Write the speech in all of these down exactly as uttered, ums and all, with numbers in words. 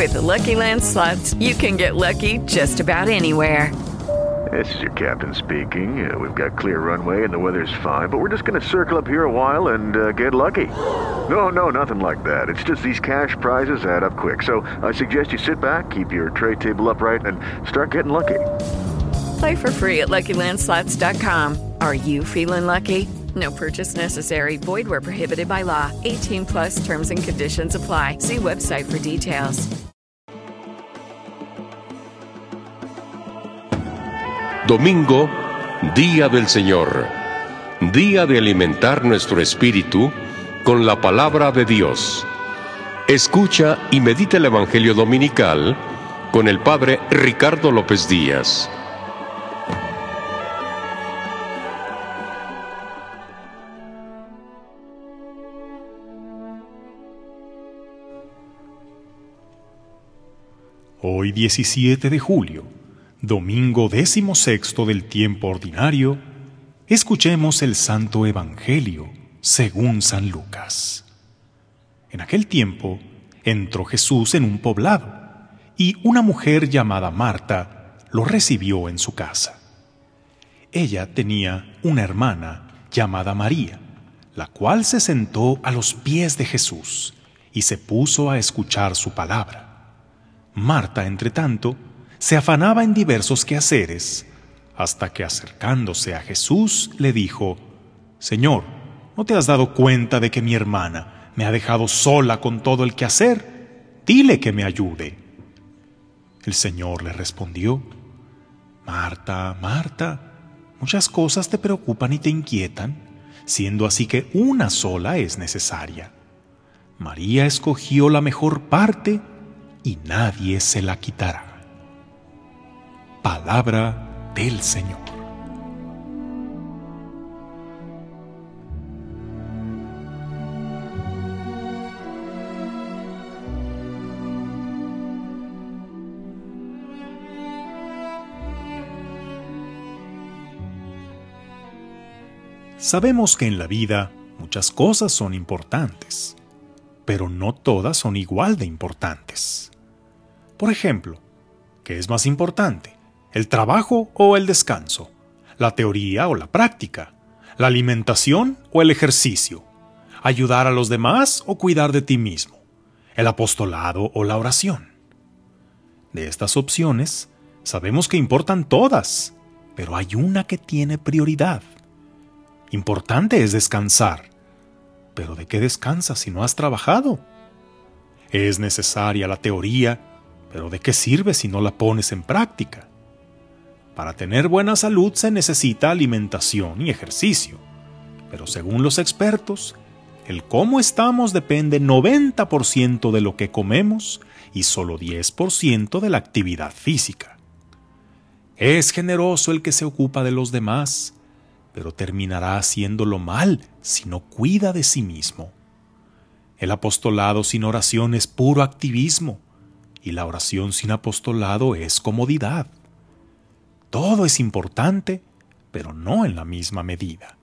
With the Lucky Land Slots, you can get lucky just about anywhere. This is your captain speaking. Uh, we've got clear runway and the weather's fine, but we're just going to circle up here a while and uh, get lucky. No, no, nothing like that. It's just these cash prizes add up quick. So I suggest you sit back, keep your tray table upright, and start getting lucky. Play for free at Lucky Land Slots dot com. Are you feeling lucky? No purchase necessary. Void where prohibited by law. eighteen plus terms and conditions apply. See website for details. Domingo, Día del Señor. Día de alimentar nuestro espíritu con la palabra de Dios. Escucha y medita el Evangelio Dominical con el Padre Ricardo López Díaz. Hoy diecisiete de julio, domingo decimosexto del tiempo ordinario, escuchemos el Santo Evangelio según San Lucas. En aquel tiempo entró Jesús en un poblado y una mujer llamada Marta lo recibió en su casa. Ella tenía una hermana llamada María, la cual se sentó a los pies de Jesús y se puso a escuchar su palabra. Marta, entretanto, se afanaba en diversos quehaceres, hasta que acercándose a Jesús le dijo: «Señor, ¿no te has dado cuenta de que mi hermana me ha dejado sola con todo el quehacer? Dile que me ayude». El Señor le respondió: «Marta, Marta, muchas cosas te preocupan y te inquietan, siendo así que una sola es necesaria. María escogió la mejor parte y nadie se la quitará». Palabra del Señor. Sabemos que en la vida muchas cosas son importantes, pero no todas son igual de importantes. Por ejemplo, ¿qué es más importante? ¿El trabajo o el descanso? ¿La teoría o la práctica? ¿La alimentación o el ejercicio? ¿Ayudar a los demás o cuidar de ti mismo? ¿El apostolado o la oración? De estas opciones, sabemos que importan todas, pero hay una que tiene prioridad. Importante es descansar, pero ¿de qué descansas si no has trabajado? Es necesaria la teoría, pero ¿de qué sirve si no la pones en práctica? Para tener buena salud se necesita alimentación y ejercicio, pero según los expertos, el cómo estamos depende noventa por ciento de lo que comemos y solo diez por ciento de la actividad física. Es generoso el que se ocupa de los demás, pero terminará haciéndolo mal si no cuida de sí mismo. El apostolado sin oración es puro activismo, y la oración sin apostolado es comodidad. Todo es importante, pero no en la misma medida.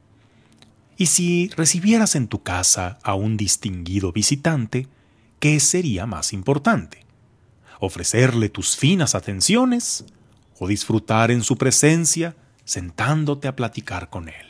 Y si recibieras en tu casa a un distinguido visitante, ¿qué sería más importante? ¿Ofrecerle tus finas atenciones o disfrutar en su presencia sentándote a platicar con él?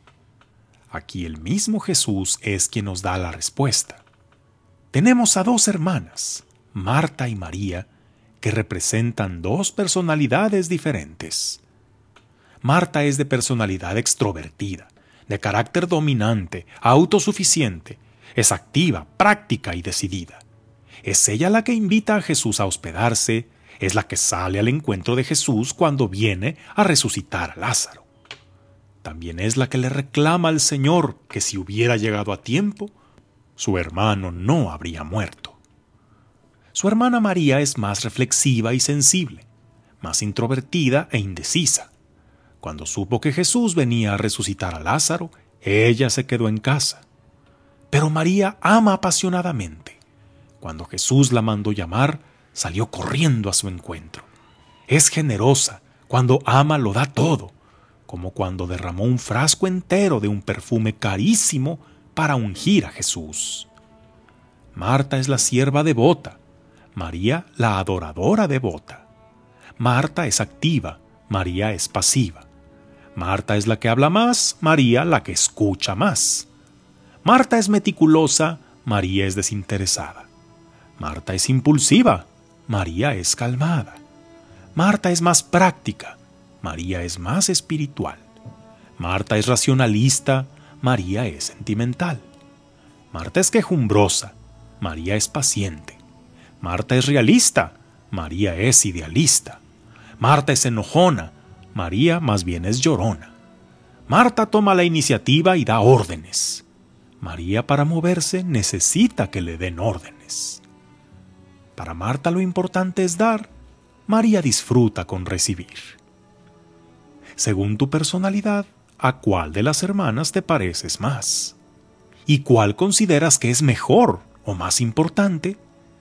Aquí el mismo Jesús es quien nos da la respuesta. Tenemos a dos hermanas, Marta y María, que representan dos personalidades diferentes. Marta es de personalidad extrovertida, de carácter dominante, autosuficiente, es activa, práctica y decidida. Es ella la que invita a Jesús a hospedarse, es la que sale al encuentro de Jesús cuando viene a resucitar a Lázaro. También es la que le reclama al Señor que si hubiera llegado a tiempo, su hermano no habría muerto. Su hermana María es más reflexiva y sensible, más introvertida e indecisa. Cuando supo que Jesús venía a resucitar a Lázaro, ella se quedó en casa. Pero María ama apasionadamente. Cuando Jesús la mandó llamar, salió corriendo a su encuentro. Es generosa, cuando ama lo da todo, como cuando derramó un frasco entero de un perfume carísimo para ungir a Jesús. Marta es la sierva devota. María la adoradora devota. Marta es activa, María es pasiva. Marta es la que habla más, María la que escucha más. Marta es meticulosa, María es desinteresada. Marta es impulsiva, María es calmada. Marta es más práctica, María es más espiritual. Marta es racionalista, María es sentimental. Marta es quejumbrosa, María es paciente. Marta es realista, María es idealista. Marta es enojona, María más bien es llorona. Marta toma la iniciativa y da órdenes. María, para moverse, necesita que le den órdenes. Para Marta lo importante es dar, María disfruta con recibir. Según tu personalidad, ¿a cuál de las hermanas te pareces más? ¿Y cuál consideras que es mejor o más importante?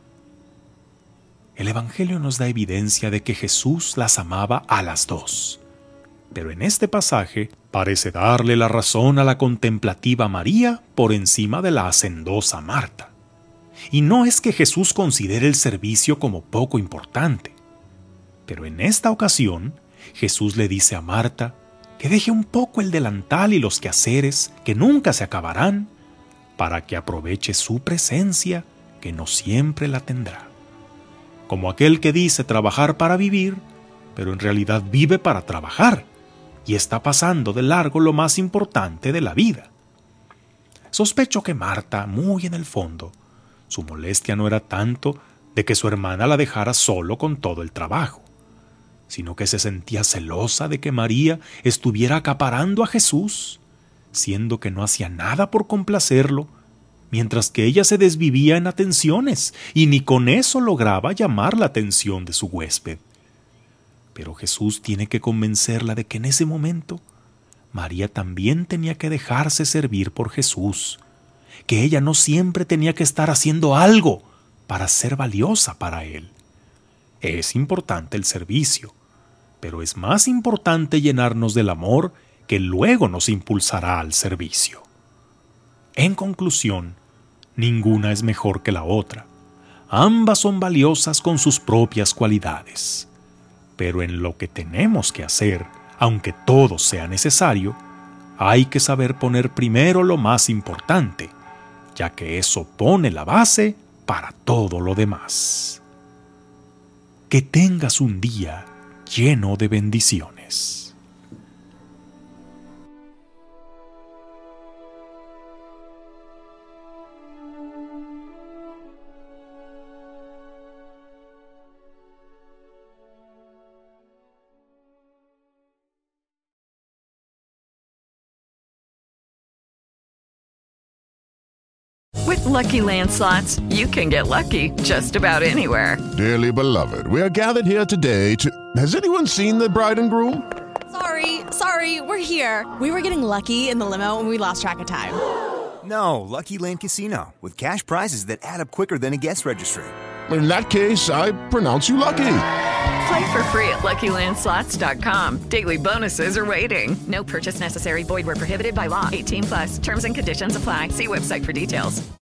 El Evangelio nos da evidencia de que Jesús las amaba a las dos. Pero en este pasaje parece darle la razón a la contemplativa María por encima de la hacendosa Marta. Y no es que Jesús considere el servicio como poco importante. Pero en esta ocasión, Jesús le dice a Marta que deje un poco el delantal y los quehaceres que nunca se acabarán para que aproveche su presencia que no siempre la tendrá. Como aquel que dice trabajar para vivir, pero en realidad vive para trabajar y está pasando de largo lo más importante de la vida. Sospecho que Marta, muy en el fondo, su molestia no era tanto de que su hermana la dejara solo con todo el trabajo, sino que se sentía celosa de que María estuviera acaparando a Jesús, siendo que no hacía nada por complacerlo, mientras que ella se desvivía en atenciones y ni con eso lograba llamar la atención de su huésped. Pero Jesús tiene que convencerla de que en ese momento María también tenía que dejarse servir por Jesús, que ella no siempre tenía que estar haciendo algo para ser valiosa para Él. Es importante el servicio, pero es más importante llenarnos del amor que luego nos impulsará al servicio. En conclusión, ninguna es mejor que la otra. Ambas son valiosas con sus propias cualidades. Pero en lo que tenemos que hacer, aunque todo sea necesario, hay que saber poner primero lo más importante, ya que eso pone la base para todo lo demás. Que tengas un día lleno de bendiciones. With Lucky Land Slots, you can get lucky just about anywhere. Dearly beloved, we are gathered here today to... Has anyone seen the bride and groom? Sorry, sorry, we're here. We were getting lucky in the limo and we lost track of time. No, Lucky Land Casino, with cash prizes that add up quicker than a guest registry. In that case, I pronounce you lucky. Play for free at Lucky Land Slots dot com. Daily bonuses are waiting. No purchase necessary. Void where prohibited by law. eighteen plus. Terms and conditions apply. See website for details.